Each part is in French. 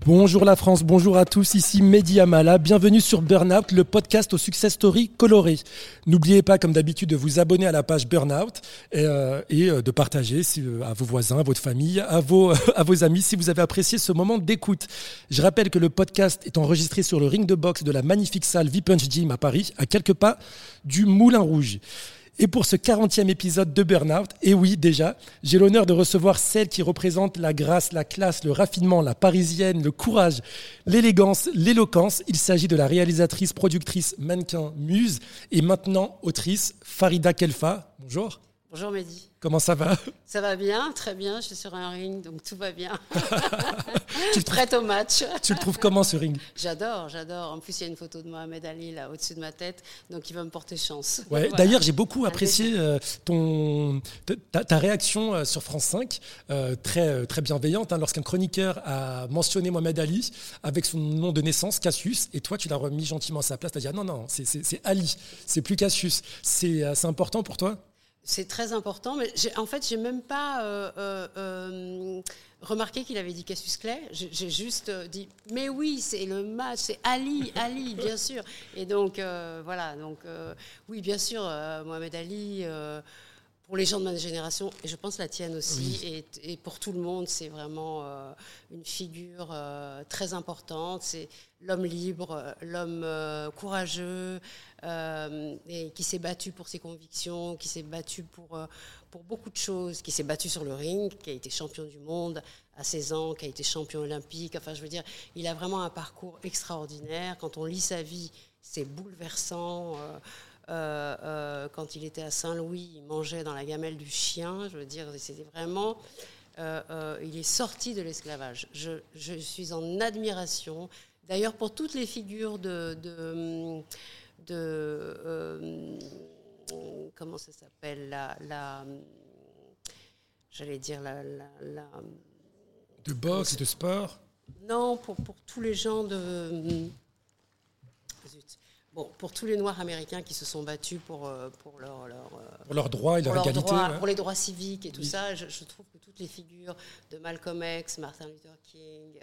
Bonjour la France, bonjour à tous, ici Mehdi Amala, bienvenue sur Burnout, le podcast aux success stories colorées. N'oubliez pas comme d'habitude de vous abonner à la page Burnout et de partager à vos voisins, à votre famille, à vos amis si vous avez apprécié ce moment d'écoute. Je rappelle que le podcast est enregistré sur le ring de boxe de la magnifique salle V-Punch Gym à Paris, à quelques pas du Moulin Rouge. Et pour ce 40e épisode de Burnout, et oui déjà, j'ai l'honneur de recevoir celle qui représente la grâce, la classe, le raffinement, la parisienne, le courage, l'élégance, l'éloquence. Il s'agit de la réalisatrice, productrice, mannequin, muse et maintenant autrice Farida Khelfa. Bonjour. Bonjour Mehdi. Comment ça va ? Ça va bien, très bien. Je suis sur un ring, donc tout va bien. Prête au match. Tu le trouves comment ce ring ? J'adore. En plus, il y a une photo de Mohamed Ali là au-dessus de ma tête, donc il va me porter chance. Ouais. Voilà. D'ailleurs, j'ai beaucoup apprécié ta réaction sur France 5, très bienveillante, lorsqu'un chroniqueur a mentionné Mohamed Ali avec son nom de naissance, Cassius, et toi, tu l'as remis gentiment à sa place. Tu as dit non, c'est Ali, c'est plus Cassius. C'est important pour toi ? C'est très important, mais j'ai même pas remarqué qu'il avait dit Cassius Clay. J'ai juste dit, mais oui, c'est le match, c'est Ali, bien sûr. Et donc, voilà. Donc, oui, bien sûr, Mohamed Ali, pour les gens de ma génération, et je pense la tienne aussi, oui. et pour tout le monde, c'est vraiment une figure très importante. C'est l'homme libre, l'homme courageux, et qui s'est battu pour ses convictions, qui s'est battu pour beaucoup de choses, qui s'est battu sur le ring, qui a été champion du monde à 16 ans, qui a été champion olympique. Enfin, je veux dire, il a vraiment un parcours extraordinaire. Quand on lit sa vie, c'est bouleversant. Quand il était à Saint-Louis, il mangeait dans la gamelle du chien. Je veux dire, c'était vraiment... il est sorti de l'esclavage. Je suis en admiration. D'ailleurs, pour toutes les figures comment ça s'appelle j'allais dire de boxe, de sport. Non, pour tous les gens pour tous les Noirs américains qui se sont battus pour leurs droits et leur égalité. Pour les droits civiques et tout ça, je trouve que toutes les figures de Malcolm X, Martin Luther King,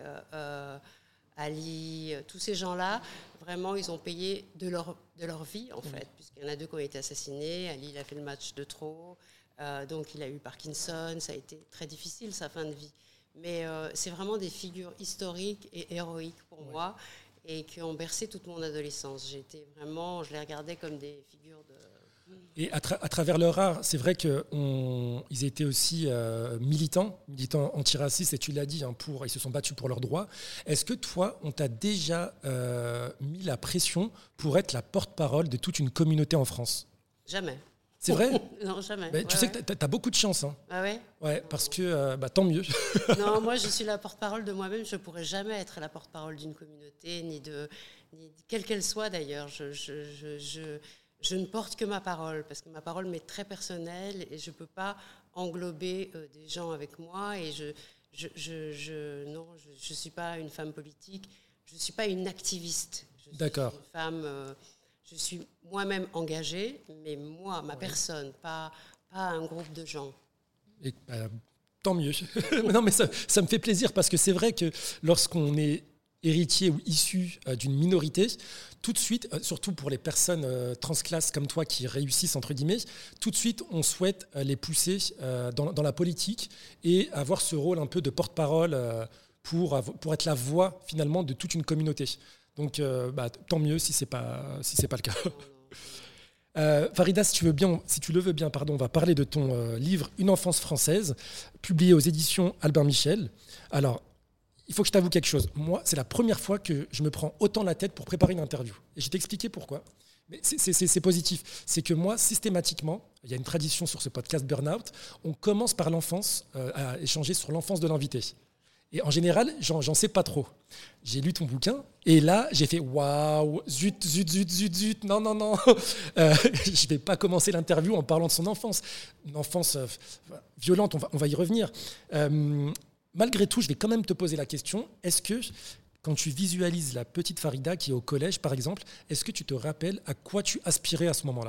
Ali, tous ces gens-là, vraiment, ils ont payé de leur vie, en fait, puisqu'il y en a 2 qui ont été assassinés. Ali, il a fait le match de trop, donc il a eu Parkinson, ça a été très difficile, sa fin de vie. Mais c'est vraiment des figures historiques et héroïques pour moi, et qui ont bercé toute mon adolescence. Je les regardais comme des figures de... Et à travers leur art, c'est vrai qu'ils étaient aussi militants antiracistes, et tu l'as dit, ils se sont battus pour leurs droits. Est-ce que toi, on t'a déjà mis la pression pour être la porte-parole de toute une communauté en France ? Jamais. C'est vrai ? Non, jamais. Tu sais que tu as beaucoup de chance. Ah ouais ? Ouais, parce que tant mieux. Non, moi, je suis la porte-parole de moi-même. Je ne pourrais jamais être la porte-parole d'une communauté, ni quelle qu'elle soit d'ailleurs. Je ne porte que ma parole, parce que ma parole m'est très personnelle et je ne peux pas englober des gens avec moi. Et je ne suis pas une femme politique, je ne suis pas une activiste. D'accord. Je suis une femme, je suis moi-même engagée, mais moi, ma personne, pas un groupe de gens. Et, tant mieux. Non, mais ça me fait plaisir, parce que c'est vrai que lorsqu'on est héritier ou issu d'une minorité, tout de suite, surtout pour les personnes transclasses comme toi qui réussissent, entre guillemets, tout de suite, on souhaite les pousser dans la politique et avoir ce rôle un peu de porte-parole pour être la voix, finalement, de toute une communauté. Donc, tant mieux si c'est pas le cas. Farida, si tu le veux bien, on va parler de ton livre « Une enfance française », publié aux éditions Albin Michel. Alors, il faut que je t'avoue quelque chose. Moi, c'est la première fois que je me prends autant la tête pour préparer une interview. Et je vais t'expliquer pourquoi. Mais c'est positif. C'est que moi, systématiquement, il y a une tradition sur ce podcast Burnout, on commence par l'enfance, à échanger sur l'enfance de l'invité. Et en général, j'en sais pas trop. J'ai lu ton bouquin et là, j'ai fait waouh, zut, non. Je vais pas commencer l'interview en parlant de son enfance. Une enfance violente, on va y revenir. Malgré tout, je vais quand même te poser la question, est-ce que, quand tu visualises la petite Farida qui est au collège, par exemple, est-ce que tu te rappelles à quoi tu aspirais à ce moment-là ?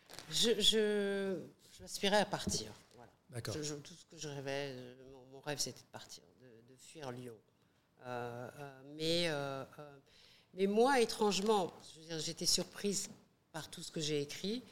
Je m'aspirais à partir. Voilà. D'accord. Tout ce que je rêvais, mon rêve, c'était de partir, de fuir Lyon. Mais moi, étrangement, je veux dire, j'étais surprise par tout ce que j'ai écrit.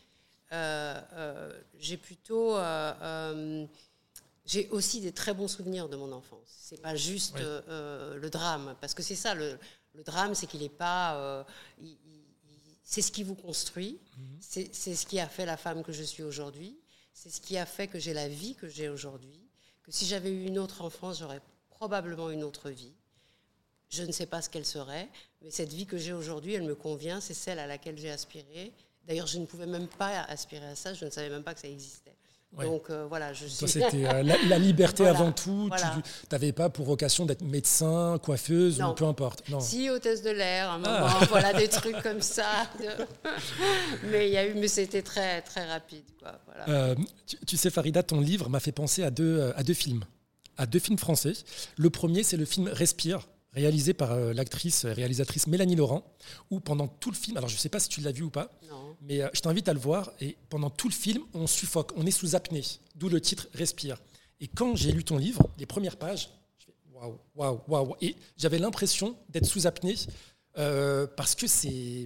J'ai aussi des très bons souvenirs de mon enfance. C'est pas juste le drame, parce que c'est ça, le drame, c'est qu'il n'est pas... c'est ce qui vous construit, c'est ce qui a fait la femme que je suis aujourd'hui, c'est ce qui a fait que j'ai la vie que j'ai aujourd'hui, que si j'avais eu une autre enfance, j'aurais probablement une autre vie. Je ne sais pas ce qu'elle serait, mais cette vie que j'ai aujourd'hui, elle me convient, c'est celle à laquelle j'ai aspiré. D'ailleurs, je ne pouvais même pas aspirer à ça, je ne savais même pas que ça existait. Ouais. Donc voilà, je suis... Toi, c'était la liberté voilà, avant tout. Voilà. Tu n'avais pas pour vocation d'être médecin, coiffeuse ou peu importe. Non. Si, hôtesse de l'air, un moment, voilà, des trucs comme ça. Mais c'était très, très rapide. Quoi, voilà. Tu sais, Farida, ton livre m'a fait penser à deux films français. Le premier, c'est le film Respire, réalisé par l'actrice et réalisatrice Mélanie Laurent, où pendant tout le film, alors je ne sais pas si tu l'as vu ou pas, non. Mais je t'invite à le voir, et pendant tout le film, on suffoque, on est sous apnée, d'où le titre Respire. Et quand j'ai lu ton livre, les premières pages, je fais waouh, et j'avais l'impression d'être sous apnée, parce que c'est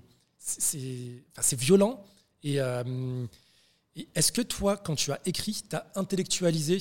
violent, et est-ce que toi, quand tu as écrit, tu as intellectualisé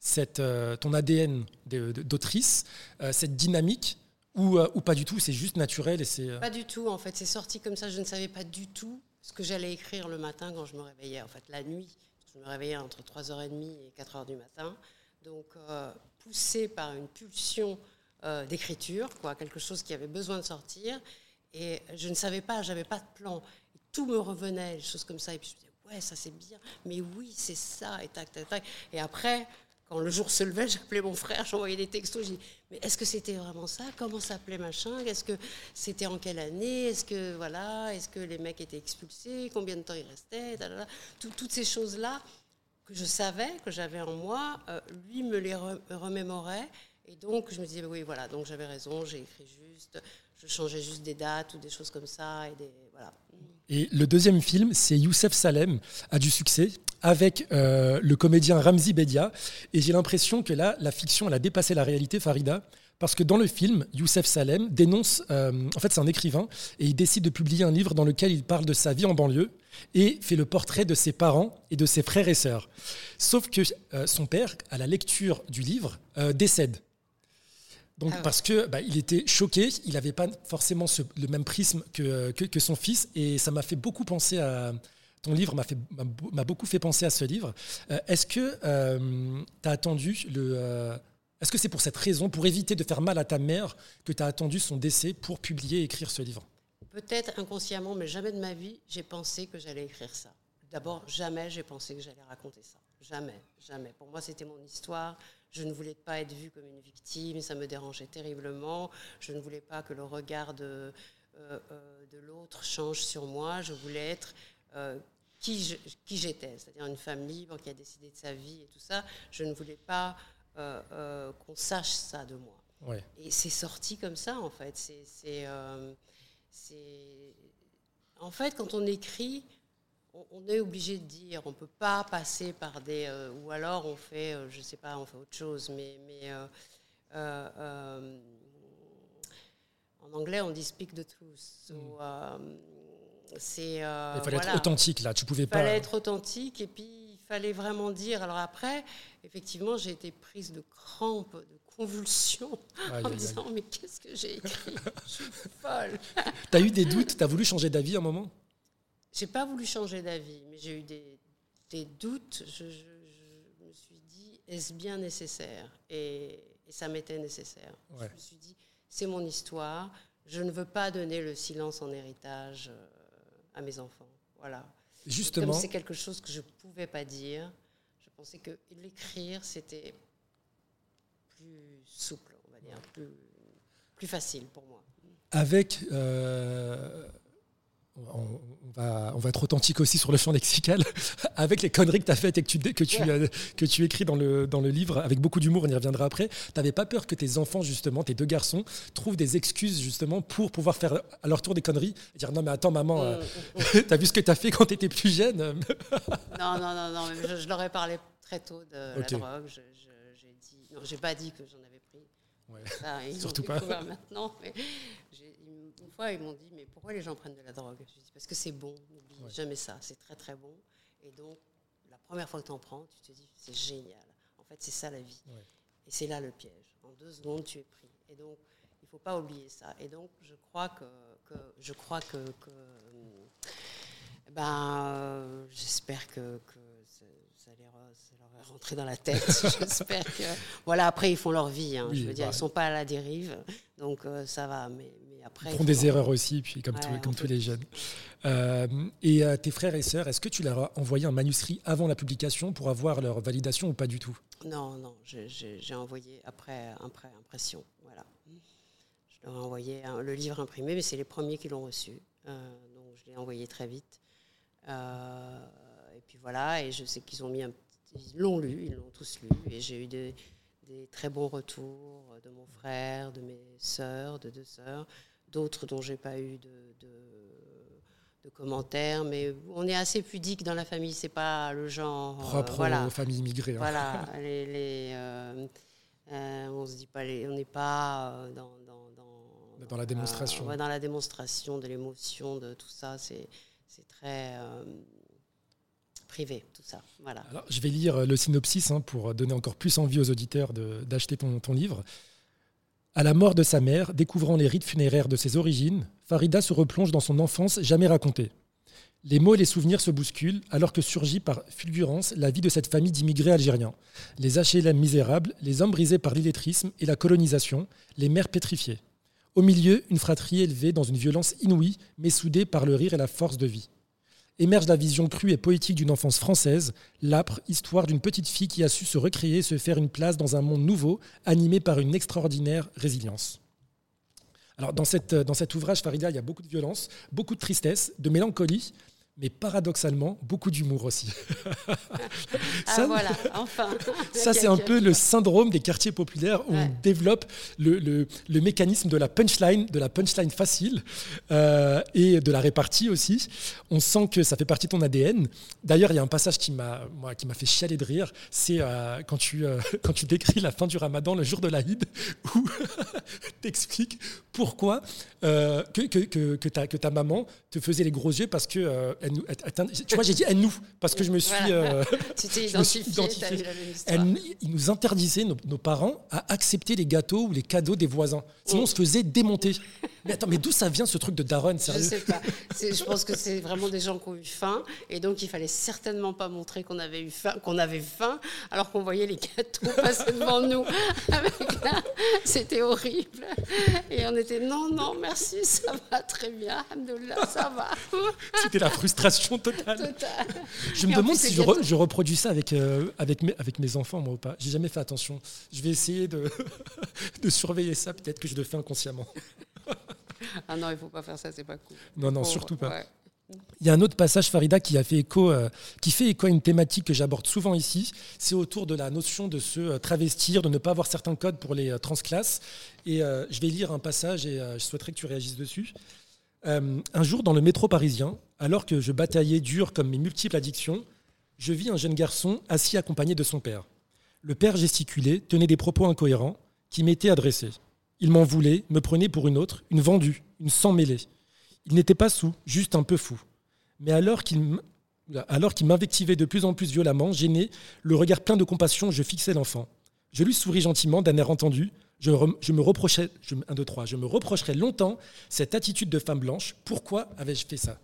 ton ADN d'autrice, cette dynamique, ou pas du tout, c'est juste naturel et c'est... Pas du tout, en fait, c'est sorti comme ça, je ne savais pas du tout ce que j'allais écrire le matin quand je me réveillais, en fait, la nuit, je me réveillais entre 3h30 et 4h du matin, donc poussée par une pulsion d'écriture, quoi, quelque chose qui avait besoin de sortir, et je ne savais pas, j'avais pas de plan, et tout me revenait, des choses comme ça, et puis je me disais, ouais, ça c'est bien, mais oui, c'est ça, et tac, et après... Quand le jour se levait, j'appelais mon frère, j'envoyais des textos, je dis mais est-ce que c'était vraiment ça? Comment s'appelait machin? Est-ce que c'était en quelle année? Est-ce que les mecs étaient expulsés? Combien de temps ils restaient? Toutes ces choses-là que je savais, que j'avais en moi, lui me les remémorait. Et donc je me disais oui, voilà, donc j'avais raison, j'ai écrit juste, je changeais juste des dates ou des choses comme ça. Voilà. Et le deuxième film, c'est Youssef Salem a du succès, avec le comédien Ramzy Bedia. Et j'ai l'impression que là, la fiction, elle a dépassé la réalité, Farida, parce que dans le film, Youssef Salem dénonce... en fait, c'est un écrivain, et il décide de publier un livre dans lequel il parle de sa vie en banlieue et fait le portrait de ses parents et de ses frères et sœurs. Sauf que son père, à la lecture du livre, décède. Donc, parce que il était choqué, il n'avait pas forcément le même prisme que son fils, et ça m'a fait beaucoup penser à... Ton livre m'a beaucoup fait penser à ce livre. Est-ce que tu as attendu est-ce que c'est pour cette raison, pour éviter de faire mal à ta mère, que tu as attendu son décès pour publier et écrire ce livre? Peut-être inconsciemment, mais jamais de ma vie, j'ai pensé que j'allais écrire ça. D'abord, jamais j'ai pensé que j'allais raconter ça. Jamais, jamais. Pour moi, c'était mon histoire. Je ne voulais pas être vue comme une victime, ça me dérangeait terriblement. Je ne voulais pas que le regard de l'autre change sur moi. Je voulais être qui j'étais, c'est-à-dire une femme libre qui a décidé de sa vie et tout ça. Je ne voulais pas qu'on sache ça de moi. Ouais. Et c'est sorti comme ça, en fait. En fait, quand on écrit... On est obligé de dire, on ne peut pas passer par des... ou alors on fait, je ne sais pas, on fait autre chose, mais en anglais on dit speak the truth. So, il fallait être authentique là, tu pouvais pas... Il fallait être authentique et puis il fallait vraiment dire. Alors après, effectivement, j'ai été prise de crampes, de convulsions, en me disant mais qu'est-ce que j'ai écrit? Je suis folle. Tu as eu des doutes? Tu as voulu changer d'avis à un moment? J'ai pas voulu changer d'avis, mais j'ai eu des doutes. Je me suis dit, est-ce bien nécessaire? Et ça m'était nécessaire. Ouais. Je me suis dit, c'est mon histoire. Je ne veux pas donner le silence en héritage à mes enfants. Voilà. Justement. Comme c'est quelque chose que je pouvais pas dire, je pensais que l'écrire, c'était plus souple, on va dire, plus facile pour moi. Avec... On va être authentique aussi sur le champ lexical, avec les conneries que tu as faites et que tu écris dans le livre, avec beaucoup d'humour, on y reviendra après. Tu n'avais pas peur que tes enfants, justement, tes deux garçons, trouvent des excuses, justement, pour pouvoir faire à leur tour des conneries et dire non, mais attends, maman, t'as vu ce que tu as fait quand tu étais plus jeune? Non, je leur ai parlé très tôt de la drogue. J'ai pas dit que j'en avais pris. Ouais. Ça, ils Surtout ont pas. découvert maintenant. Mais une fois, ils m'ont dit, mais pourquoi les gens prennent de la drogue? Je dis, parce que c'est bon, n'oublie jamais ça, c'est très très bon. Et donc, la première fois que tu en prends, tu te dis, c'est génial. En fait, c'est ça la vie. Ouais. Et c'est là le piège. En 2 secondes, tu es pris. Et donc, il ne faut pas oublier ça. Et donc, je crois que j'espère que ça leur est rentré dans la tête. J'espère que... Voilà, après, ils font leur vie. Hein. Oui, je veux dire, ils ne sont pas à la dérive. Donc, ça va. Mais après... Ils font des erreurs aussi, puis comme tous les jeunes. Et tes frères et sœurs, est-ce que tu leur as envoyé un manuscrit avant la publication pour avoir leur validation ou pas du tout? Non, j'ai envoyé après impression. Voilà. Je leur ai envoyé le livre imprimé, mais c'est les premiers qui l'ont reçu. Donc, je l'ai envoyé très vite. Et puis voilà, et je sais qu'ils ont ils l'ont lu, ils l'ont tous lu, et j'ai eu des très bons retours de mon frère, de mes sœurs, de 2 sœurs, d'autres dont j'ai pas eu de commentaires, mais on est assez pudique dans la famille, c'est pas le genre propre aux familles immigrées. Hein. Voilà, on se dit pas, on n'est pas dans la démonstration. Dans la démonstration de l'émotion, de tout ça, c'est très privé, tout ça. Voilà. Alors, je vais lire le synopsis pour donner encore plus envie aux auditeurs d'acheter ton livre. À la mort de sa mère, découvrant les rites funéraires de ses origines, Farida se replonge dans son enfance jamais racontée. Les mots et les souvenirs se bousculent alors que surgit par fulgurance la vie de cette famille d'immigrés algériens. Les HLM misérables, les hommes brisés par l'illettrisme et la colonisation, les mères pétrifiées. Au milieu, une fratrie élevée dans une violence inouïe, mais soudée par le rire et la force de vie. Émerge la vision crue et poétique d'une enfance française, l'âpre histoire d'une petite fille qui a su se recréer et se faire une place dans un monde nouveau, animé par une extraordinaire résilience. Alors dans cet ouvrage, Farida, il y a beaucoup de violence, beaucoup de tristesse, de mélancolie, mais paradoxalement, beaucoup d'humour aussi. Voilà, enfin. Ça, c'est un peu le syndrome des quartiers populaires où on développe le mécanisme de la punchline facile et de la répartie aussi. On sent que ça fait partie de ton ADN. D'ailleurs, il y a un passage qui m'a fait chialer de rire. C'est quand tu décris la fin du Ramadan, le jour de l'Aïd, où tu expliques pourquoi que ta maman te faisait les gros yeux parce que tu vois, j'ai dit elle nous parce que je me suis tu t'es identifié. Ils nous interdisaient, nos parents, à accepter les gâteaux ou les cadeaux des voisins. Sinon, on se faisait démonter. Mais attends, mais d'où ça vient ce truc de daronne, sérieux? Je sais pas. Je pense que c'est vraiment des gens qui ont eu faim et donc il fallait certainement pas montrer qu'on avait faim alors qu'on voyait les gâteaux passer devant nous. C'était horrible. Et on était non, merci, ça va très bien, alhamdoulilah, ça va. C'était la frustration totale. Je me demande si je reproduis ça avec mes enfants, moi ou pas. J'ai jamais fait attention. Je vais essayer de surveiller ça. Peut-être que je le fais inconsciemment. Ah non, il faut pas faire ça, c'est pas cool. Non, surtout pas. Ouais. Il y a un autre passage, Farida, qui fait écho à une thématique que j'aborde souvent ici. C'est autour de la notion de se travestir, de ne pas avoir certains codes pour les transclasses. Et je vais lire un passage et je souhaiterais que tu réagisses dessus. Un jour, dans le métro parisien, alors que je bataillais dur comme mes multiples addictions, je vis un jeune garçon assis accompagné de son père. Le père gesticulait, tenait des propos incohérents qui m'étaient adressés. Il m'en voulait, me prenait pour une autre, une vendue, une sans mêlée. Il n'était pas saoul, juste un peu fou. Mais alors qu'il m'invectivait de plus en plus violemment, gêné, le regard plein de compassion, je fixais l'enfant. Je lui souris gentiment d'un air entendu. Je me reprocherais longtemps cette attitude de femme blanche. Pourquoi avais-je fait ça?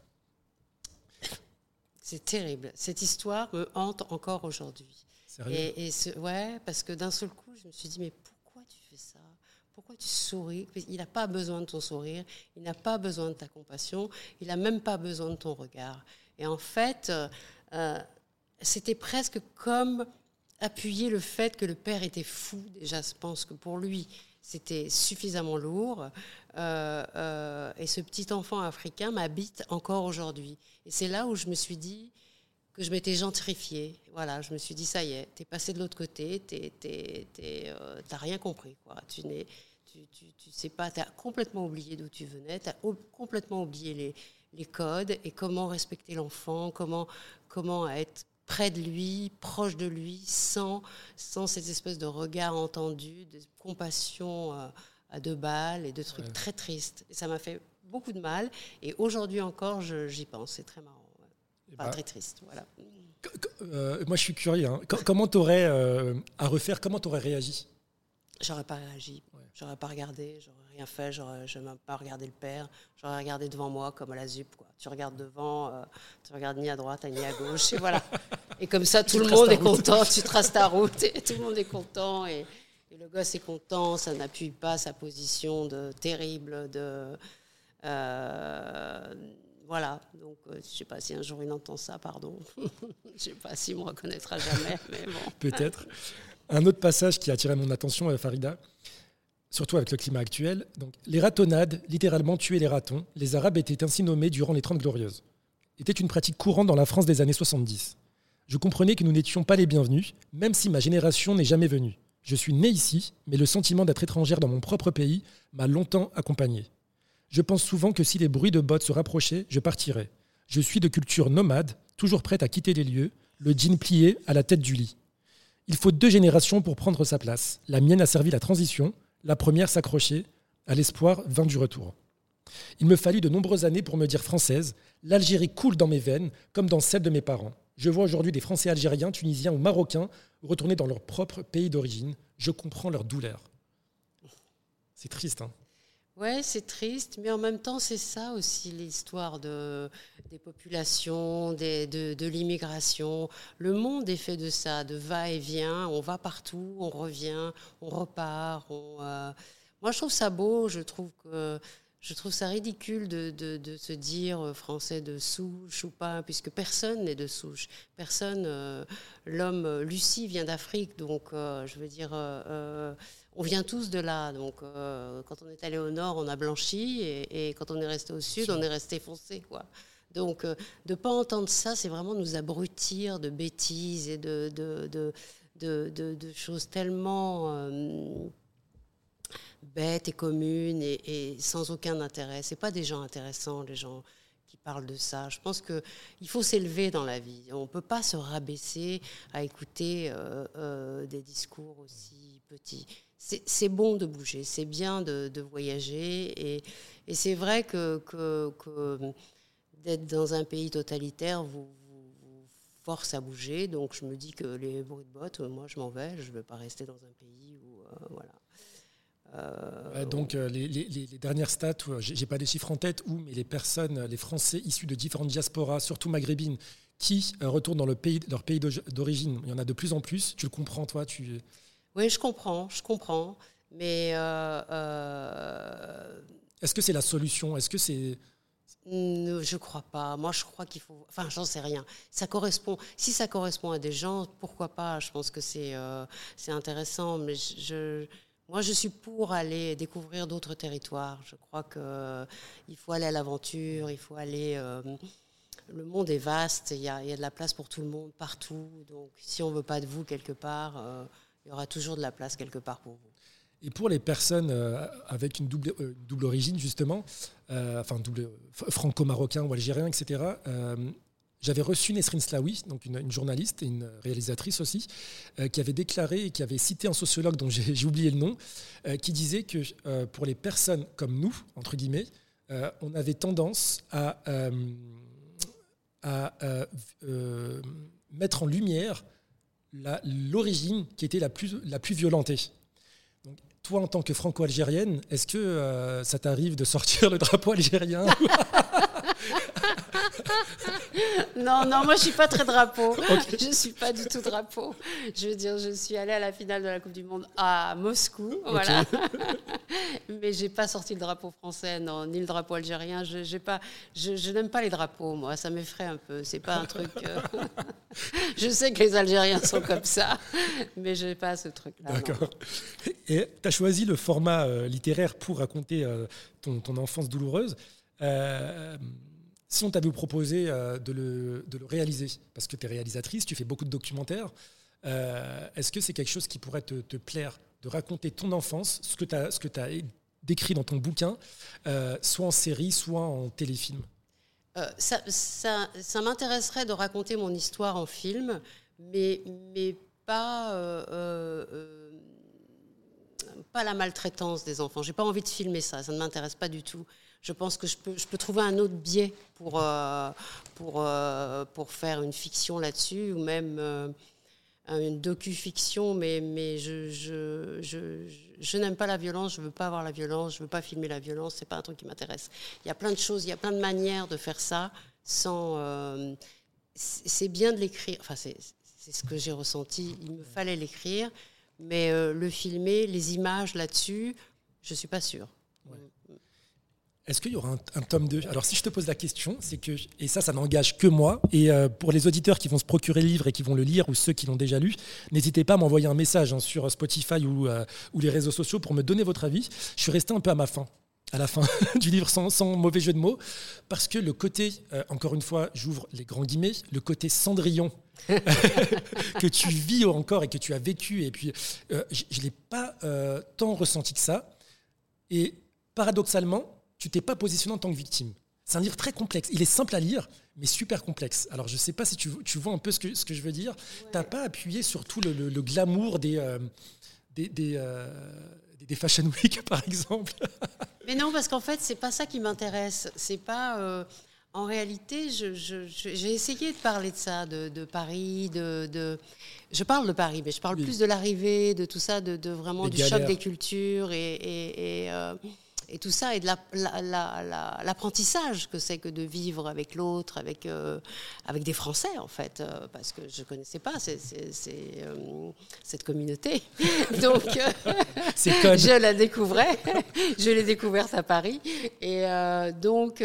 C'est terrible. Cette histoire me hante encore aujourd'hui. Sérieux? Ouais, parce que d'un seul coup, je me suis dit, mais pourquoi tu fais ça? Pourquoi tu souris? Il n'a pas besoin de ton sourire, il n'a pas besoin de ta compassion, il n'a même pas besoin de ton regard. Et en fait, c'était presque comme appuyer le fait que le père était fou. Déjà, je pense que pour lui, c'était suffisamment lourd. Et ce petit enfant africain m'habite encore aujourd'hui. Et c'est là où je me suis dit que je m'étais gentrifiée. Voilà, je me suis dit, ça y est, t'es passé de l'autre côté, t'as rien compris, quoi. Tu sais pas, t'as complètement oublié d'où tu venais, t'as complètement oublié les codes et comment respecter l'enfant, comment être près de lui, proche de lui, sans cette espèce de regard entendu, de compassion à deux balles et de trucs très tristes. Et ça m'a fait beaucoup de mal. Et aujourd'hui encore, j'y pense. C'est très marrant. Enfin, très triste, voilà. Moi, je suis curieux. Hein. Comment t'aurais à refaire, comment t'aurais réagi? J'aurais pas réagi. J'aurais pas regardé, j'aurais rien fait, je n'aurais même pas regardé le père. J'aurais regardé devant moi comme à la ZUP, quoi. Tu regardes devant, tu regardes ni à droite ni à gauche, et voilà. Et comme ça, tout le monde est content. Tu traces ta route et tout le monde est content. Et le gosse est content, ça n'appuie pas sa position terrible. Voilà. Donc, je ne sais pas si un jour il entend ça, pardon. Je ne sais pas s'il me reconnaîtra jamais, mais bon. Peut-être. Un autre passage qui a attiré mon attention, Farida, surtout avec le climat actuel. Donc, les ratonnades, littéralement tuer les ratons, les Arabes étaient ainsi nommés durant les 30 Glorieuses. Était une pratique courante dans la France des années 70. Je comprenais que nous n'étions pas les bienvenus, même si ma génération n'est jamais venue. Je suis né ici, mais le sentiment d'être étrangère dans mon propre pays m'a longtemps accompagné. Je pense souvent que si les bruits de bottes se rapprochaient, je partirais. Je suis de culture nomade, toujours prête à quitter les lieux, le jean plié à la tête du lit. Il faut 2 générations pour prendre sa place. La mienne a servi la transition, la première s'accrochait à l'espoir vint du retour. Il me fallut de nombreuses années pour me dire française. L'Algérie coule dans mes veines, comme dans celles de mes parents. Je vois aujourd'hui des Français algériens, tunisiens ou marocains retourner dans leur propre pays d'origine. Je comprends leur douleur. C'est triste, hein? Ouais, c'est triste, mais en même temps, c'est ça aussi l'histoire des populations, de l'immigration. Le monde est fait de ça, de va-et-vient. On va partout, on revient, on repart. Moi, je trouve ça beau. Je trouve ça ridicule de se dire français de souche ou pas, puisque personne n'est de souche. Personne. L'homme, Lucie vient d'Afrique, donc je veux dire. On vient tous de là, donc quand on est allé au nord, on a blanchi, et quand on est resté au sud, on est resté foncé, quoi. Donc, de ne pas entendre ça, c'est vraiment nous abrutir de bêtises et de choses tellement bêtes et communes et sans aucun intérêt. Ce n'est pas des gens intéressants, les gens qui parlent de ça. Je pense qu'il faut s'élever dans la vie. On ne peut pas se rabaisser à écouter des discours aussi petits. C'est bon de bouger, c'est bien de voyager, et c'est vrai que d'être dans un pays totalitaire vous force à bouger. Donc je me dis que les bruits de bottes, moi je m'en vais, je ne veux pas rester dans un pays où voilà. Donc les dernières stats, j'ai pas les chiffres en tête, mais les Français issus de différentes diasporas, surtout maghrébines, qui retournent dans leur pays d'origine, il y en a de plus en plus. Tu le comprends, toi? Oui, je comprends. Mais est-ce que c'est la solution? Est-ce que c'est... Je crois pas. Moi, je crois qu'il faut... Enfin, j'en sais rien. Si ça correspond à des gens, pourquoi pas? Je pense que c'est intéressant. Mais moi, je suis pour aller découvrir d'autres territoires. Je crois qu'il faut aller à l'aventure, il faut aller... le monde est vaste, il y a de la place pour tout le monde, partout. Donc, si on ne veut pas de vous quelque part... il y aura toujours de la place quelque part pour vous. Et pour les personnes avec une double origine, justement, franco-marocain ou algérien, etc., j'avais reçu Nesrine Slaoui, donc une journaliste et une réalisatrice aussi, qui avait déclaré et qui avait cité un sociologue dont j'ai oublié le nom, qui disait que pour les personnes comme nous, entre guillemets, on avait tendance à mettre en lumière l'origine qui était la plus violentée. Donc, toi, en tant que franco-algérienne, est-ce que ça t'arrive de sortir le drapeau algérien? Non, moi je suis pas très drapeau. Okay. Je suis pas du tout drapeau. Je veux dire, je suis allée à la finale de la Coupe du Monde à Moscou, voilà. Mais j'ai pas sorti le drapeau français, non, ni le drapeau algérien. Je n'aime pas les drapeaux, moi. Ça m'effraie un peu. C'est pas un truc. Je sais que les Algériens sont comme ça, mais j'ai pas ce truc-là. D'accord. Et tu as choisi le format littéraire pour raconter ton enfance douloureuse. Si on t'avait proposé de le réaliser, parce que tu es réalisatrice, tu fais beaucoup de documentaires, est-ce que c'est quelque chose qui pourrait te plaire, de raconter ton enfance, ce que tu as décrit dans ton bouquin, soit en série, soit en téléfilm? Ça m'intéresserait de raconter mon histoire en film, mais pas, pas la maltraitance des enfants. J'ai pas envie de filmer ça ne m'intéresse pas du tout. Je pense que je peux trouver un autre biais pour faire une fiction là-dessus, ou même une docu-fiction, mais je n'aime pas la violence, je ne veux pas avoir la violence, je ne veux pas filmer la violence, c'est pas un truc qui m'intéresse. Il y a plein de choses, il y a plein de manières de faire ça sans... c'est bien de l'écrire, enfin c'est ce que j'ai ressenti, il me fallait l'écrire, mais le filmer, les images là-dessus, je ne suis pas sûre. Ouais. Est-ce qu'il y aura un tome 2 ? Alors, si je te pose la question, c'est que, et ça n'engage que moi, et pour les auditeurs qui vont se procurer le livre et qui vont le lire, ou ceux qui l'ont déjà lu, n'hésitez pas à m'envoyer un message sur Spotify ou les réseaux sociaux pour me donner votre avis. Je suis resté un peu à la fin du livre, sans mauvais jeu de mots, parce que le côté, encore une fois, j'ouvre les grands guillemets, le côté Cendrillon que tu vis encore et que tu as vécu, et puis je ne l'ai pas tant ressenti que ça, et paradoxalement, tu t'es pas positionné en tant que victime. C'est un livre très complexe. Il est simple à lire, mais super complexe. Alors, je ne sais pas si tu vois un peu ce que je veux dire. Ouais. Tu n'as pas appuyé sur tout le glamour des Fashion Week, par exemple. Mais non, parce qu'en fait, ce n'est pas ça qui m'intéresse. C'est pas... en réalité, j'ai essayé de parler de ça, de Paris, je parle de Paris, mais je parle plus de l'arrivée, de tout ça, de vraiment du choc des cultures et tout ça, et de l'apprentissage que c'est que de vivre avec l'autre, avec des Français, en fait, parce que je ne connaissais pas cette communauté. Donc, je la découvrais. Je l'ai découverte à Paris. Et donc,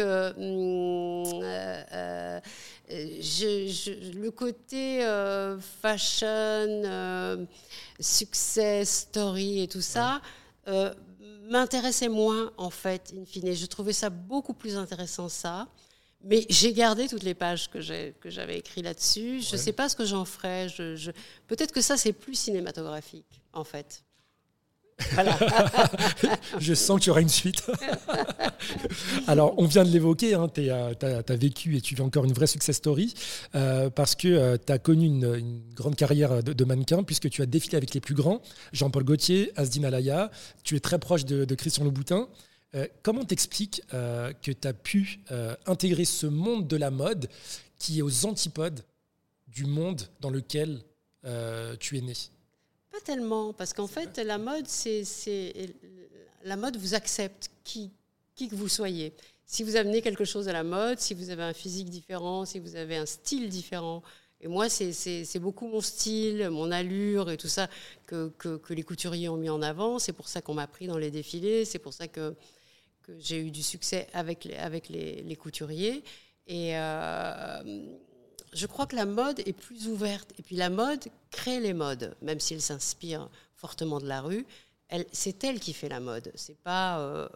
le côté fashion, success story et tout ça... m'intéressait moins, en fait, in fine. Je trouvais ça beaucoup plus intéressant, ça. Mais j'ai gardé toutes les pages que j'avais écrites là-dessus. Je ne sais pas ce que j'en ferai. Peut-être que ça, c'est plus cinématographique, en fait. Voilà. Je sens que tu auras une suite. Alors, on vient de l'évoquer, hein, tu as vécu et tu vis encore une vraie success story parce que tu as connu une grande carrière de mannequin puisque tu as défilé avec les plus grands, Jean-Paul Gaultier, Asdine Alaya, tu es très proche de Christian Louboutin. Comment t'expliques que tu as pu intégrer ce monde de la mode qui est aux antipodes du monde dans lequel tu es né ? Pas tellement, parce qu'en fait, la mode, la mode vous accepte, qui que vous soyez. Si vous amenez quelque chose à la mode, si vous avez un physique différent, si vous avez un style différent. Et moi, c'est beaucoup mon style, mon allure et tout ça que les couturiers ont mis en avant. C'est pour ça qu'on m'a pris dans les défilés. C'est pour ça que j'ai eu du succès avec les couturiers. Et... je crois que la mode est plus ouverte. Et puis la mode crée les modes, même si elle s'inspire fortement de la rue. C'est elle qui fait la mode. C'est pas,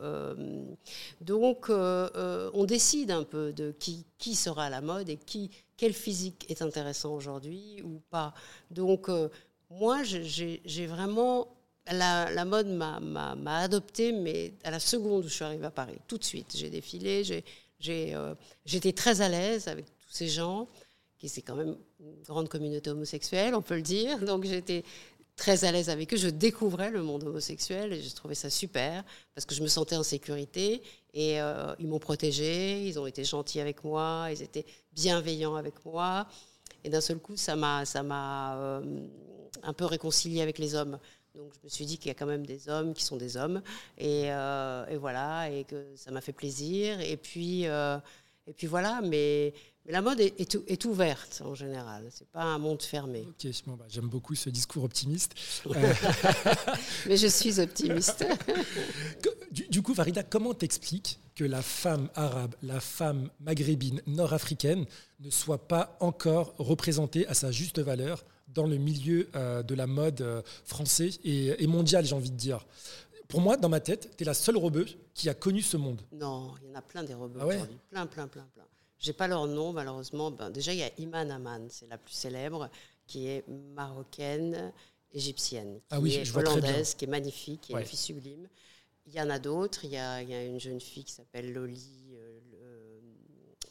donc, on décide un peu de qui sera à la mode et quel physique est intéressant aujourd'hui ou pas. Donc, moi, j'ai vraiment... La mode m'a adoptée, mais à la seconde où je suis arrivée à Paris, tout de suite. J'ai défilé, j'étais très à l'aise avec tous ces gens. C'est quand même une grande communauté homosexuelle, on peut le dire. Donc j'étais très à l'aise avec eux. Je découvrais le monde homosexuel et je trouvais ça super parce que je me sentais en sécurité et ils m'ont protégée, ils ont été gentils avec moi, ils étaient bienveillants avec moi. Et d'un seul coup, ça m'a un peu réconciliée avec les hommes. Donc je me suis dit qu'il y a quand même des hommes qui sont des hommes et voilà, et que ça m'a fait plaisir. Et puis voilà, mais la mode est ouverte en général. C'est pas un monde fermé. Ok, bon, j'aime beaucoup ce discours optimiste. Mais je suis optimiste. Du coup, Farida, comment t'expliques que la femme arabe, la femme maghrébine, nord-africaine ne soit pas encore représentée à sa juste valeur dans le milieu de la mode français et mondial, j'ai envie de dire? Pour moi, dans ma tête, tu es la seule robeuse qui a connu ce monde. Non, il y en a plein des robeuses aujourd'hui. Plein. Je n'ai pas leur nom, malheureusement. Déjà, il y a Iman Aman, c'est la plus célèbre, qui est marocaine, égyptienne, qui est hollandaise, qui est magnifique, qui est une fille sublime. Il y en a d'autres. Il y a une jeune fille qui s'appelle Loli, je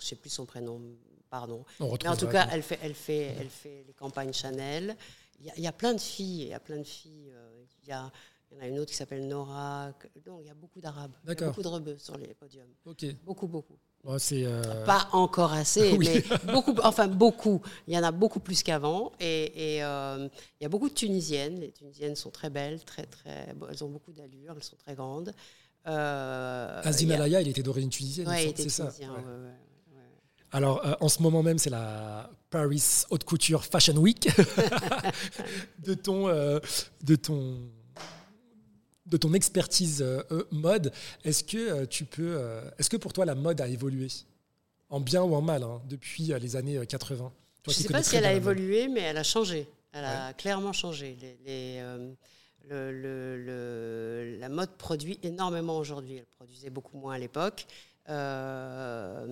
je sais plus son prénom, pardon. Mais en tout cas, elle fait les campagnes Chanel. Il y a plein de filles, il y en a une autre qui s'appelle Nora. Donc, il y a beaucoup d'Arabes. Il y a beaucoup de rebeux sur les podiums. Okay. Beaucoup. Bon, pas encore assez, oui. mais beaucoup. Il y en a beaucoup plus qu'avant. Et il y a beaucoup de Tunisiennes. Les Tunisiennes sont très belles, elles ont beaucoup d'allure, elles sont très grandes. Azine Alaya, il était d'origine tunisienne, c'est ça. Ouais. Alors, en ce moment même, c'est la Paris Haute Couture Fashion Week. de ton expertise mode, est-ce que pour toi la mode a évolué en bien ou en mal depuis les années 80? Je ne sais pas si elle a évolué, mais elle a changé. Elle a clairement changé. La mode produit énormément aujourd'hui. Elle produisait beaucoup moins à l'époque. Je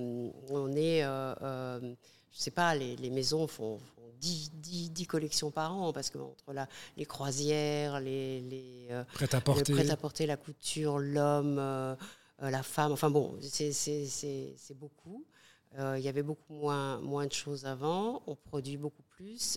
ne sais pas, les maisons font 10 collections par an, parce que entre les croisières, les prêt-à-porter, la couture, l'homme, la femme, enfin bon, c'est beaucoup. Il y avait beaucoup moins de choses avant, on produit beaucoup plus.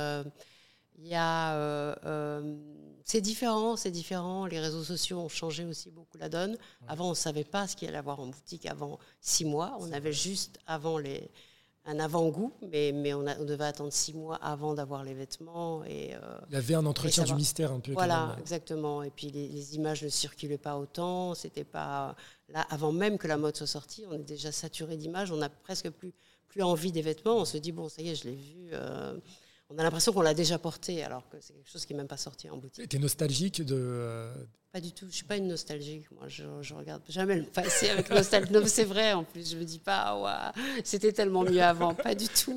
C'est différent. Les réseaux sociaux ont changé aussi beaucoup la donne. Avant, on ne savait pas ce qu'il allait avoir en boutique avant 6 mois. On avait juste un avant-goût, mais on devait attendre 6 mois avant d'avoir les vêtements. Il y avait un entretien du mystère un peu. Voilà, exactement. Et puis les images ne circulaient pas autant. C'était pas là, avant même que la mode soit sortie, on est déjà saturé d'images. On n'a presque plus envie des vêtements. On se dit, bon, ça y est, je l'ai vu. On a l'impression qu'on l'a déjà porté, alors que c'est quelque chose qui n'est même pas sorti en boutique. Tu es nostalgique de... Pas du tout. Je ne suis pas une nostalgique. Moi, je regarde jamais le passé avec nostalgie. Non, c'est vrai, en plus. Je me dis pas, ouais, c'était tellement mieux avant. Pas du tout.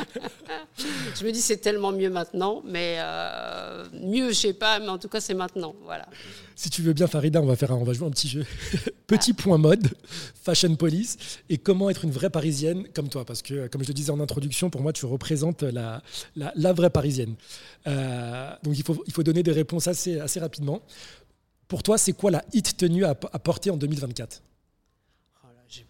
Je me dis, c'est tellement mieux maintenant. Mais mieux, je ne sais pas. Mais en tout cas, c'est maintenant. Voilà. Si tu veux bien, Farida, on va jouer un petit jeu. Petit point mode, Fashion Police. Et comment être une vraie Parisienne comme toi? Parce que, comme je le disais en introduction, pour moi, tu représentes la vraie Parisienne. Donc, il faut donner des réponses assez rapidement. Pour toi, c'est quoi la hit tenue à porter en 2024? Oh là, je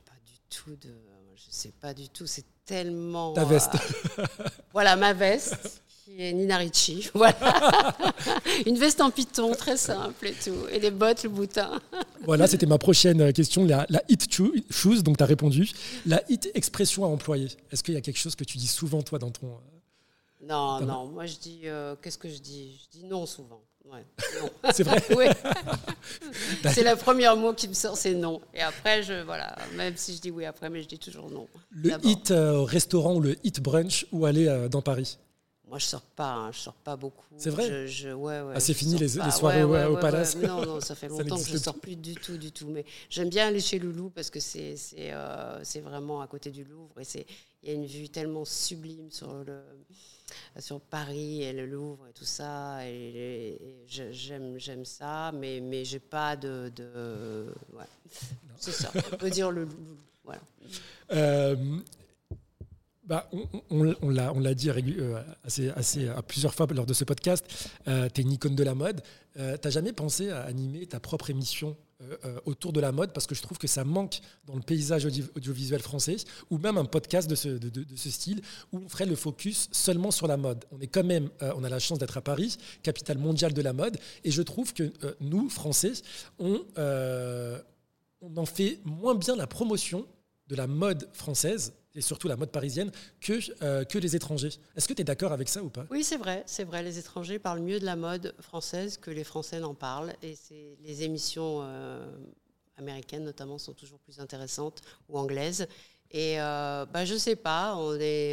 sais pas du tout. C'est tellement... Ta veste. Voilà, ma veste, qui est Nina Ricci. Voilà. Une veste en python, très simple et tout. Et des bottes, le boutin. Voilà, c'était ma prochaine question. La hit shoes, donc tu as répondu. La hit expression à employer. Est-ce qu'il y a quelque chose que tu dis souvent, toi, dans ton... Non. Moi, je dis... qu'est-ce que je dis? Je dis non souvent. Ouais, non. C'est vrai? Oui. C'est le premier mot qui me sort, c'est non. Et après, voilà, même si je dis oui après, mais je dis toujours non. Le hit restaurant ou le hit brunch où aller dans Paris? Moi, je sors pas beaucoup. C'est vrai? Ouais. Ah, c'est fini les soirées au Palace? Non, ça fait longtemps que je ne sors plus du tout. Mais j'aime bien aller chez Loulou parce que c'est vraiment à côté du Louvre et il y a une vue tellement sublime sur Paris et le Louvre et tout ça. Et j'aime ça, mais j'ai pas de ouais. C'est ça. On peut dire le Loulou. Voilà. On l'a dit à plusieurs fois lors de ce podcast, tu es une icône de la mode. Tu n'as jamais pensé à animer ta propre émission autour de la mode? Parce que je trouve que ça manque dans le paysage audiovisuel français, ou même un podcast de ce style, où on ferait le focus seulement sur la mode. On a la chance d'être à Paris, capitale mondiale de la mode, et je trouve que nous, Français, on en fait moins bien la promotion de la mode française, et surtout la mode parisienne, que les étrangers. Est-ce que tu es d'accord avec ça ou pas? Oui, c'est vrai. Les étrangers parlent mieux de la mode française que les Français n'en parlent. Et les émissions américaines, notamment, sont toujours plus intéressantes, ou anglaises. Et je ne sais pas, on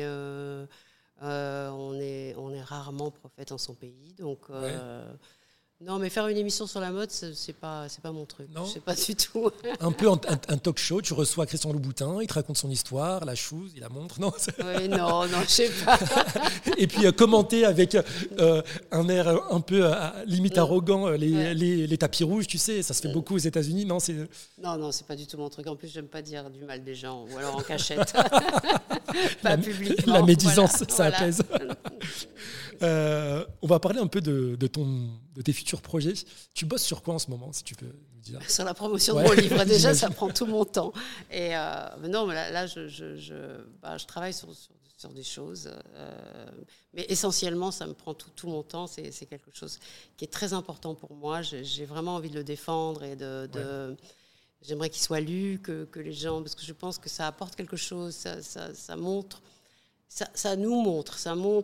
est rarement prophète en son pays. Donc... Non, mais faire une émission sur la mode, c'est pas mon truc. Non. Je sais pas du tout. Un peu un talk show, tu reçois Christian Louboutin, il te raconte son histoire, la chose, il la montre, non? Oui, non, je sais pas. Et puis commenter avec un air un peu limite arrogant les tapis rouges, tu sais, ça se fait beaucoup aux États-Unis, non? Non, c'est pas du tout mon truc. En plus, j'aime pas dire du mal des gens, ou alors en cachette. Pas publiquement. La médisance, ça apaise. On va parler un peu de tes futurs projets. Tu bosses sur quoi en ce moment, si tu peux nous dire? Sur la promotion de mon livre. Déjà, ça prend tout mon temps. Et non, mais là je travaille sur des choses. Mais essentiellement, ça me prend tout mon temps. C'est quelque chose qui est très important pour moi. J'ai vraiment envie de le défendre et j'aimerais qu'il soit lu, que les gens... Parce que je pense que ça apporte quelque chose, ça montre... Ça nous montre,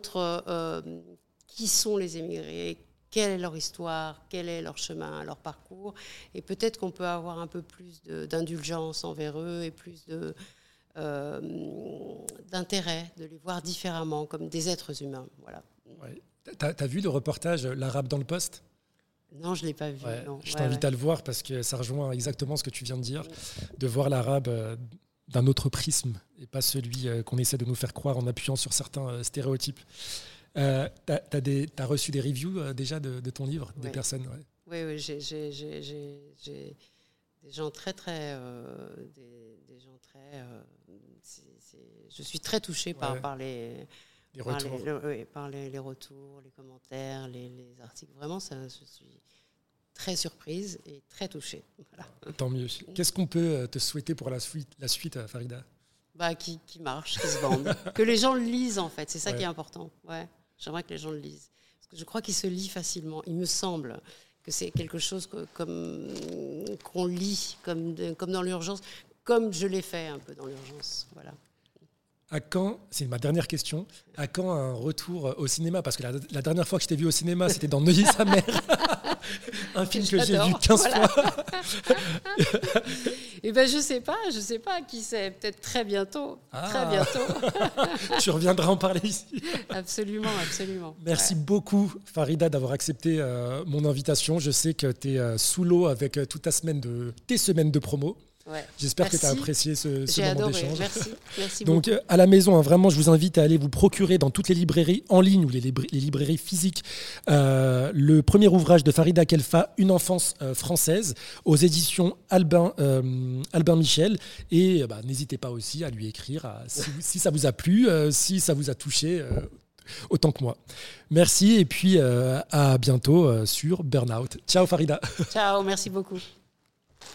qui sont les émigrés, quelle est leur histoire, quel est leur chemin, leur parcours. Et peut-être qu'on peut avoir un peu plus d'indulgence envers eux et plus d'intérêt, de les voir différemment, comme des êtres humains. Voilà. Ouais. T'as vu le reportage L'Arabe dans le Poste ? Non, je ne l'ai pas vu. Ouais. Non. Je t'invite à le voir parce que ça rejoint exactement ce que tu viens de dire, de voir l'arabe d'un autre prisme et pas celui qu'on essaie de nous faire croire en appuyant sur certains stéréotypes. T'as reçu des reviews déjà de ton livre, des personnes? Oui, j'ai des gens très... je suis très touchée par les retours. Par les retours, les commentaires, les articles. Vraiment, je suis très surprise et très touchée. Voilà. Tant mieux. Qu'est-ce qu'on peut te souhaiter pour la suite, Farida ? Qui marche, qui se vende. Que les gens le lisent, en fait. C'est ça qui est important. Ouais. J'aimerais que les gens le lisent. Parce que je crois qu'il se lit facilement. Il me semble que c'est quelque chose qu'on lit comme dans l'urgence, comme je l'ai fait un peu dans l'urgence. Voilà. À quand, c'est ma dernière question, à quand un retour au cinéma ? Parce que la dernière fois que je t'ai vu au cinéma, c'était dans Neuilly sa mère, un film que j'ai vu 15 fois. Eh ben je sais pas, qui sait, peut-être très bientôt. Très bientôt. Tu reviendras en parler ici. Absolument. Merci beaucoup, Farida, d'avoir accepté mon invitation. Je sais que tu es sous l'eau avec toute tes semaines de promo. Ouais. J'espère que tu as apprécié ce moment d'échange. Merci Donc, beaucoup. à la maison, vraiment, je vous invite à aller vous procurer dans toutes les librairies en ligne ou les librairies physiques le premier ouvrage de Farida Khelfa, Une enfance française, aux éditions Albin Michel. Et n'hésitez pas aussi à lui écrire si ça vous a plu, si ça vous a touché autant que moi. Merci et puis à bientôt sur Burnout. Ciao Farida. Ciao, merci beaucoup.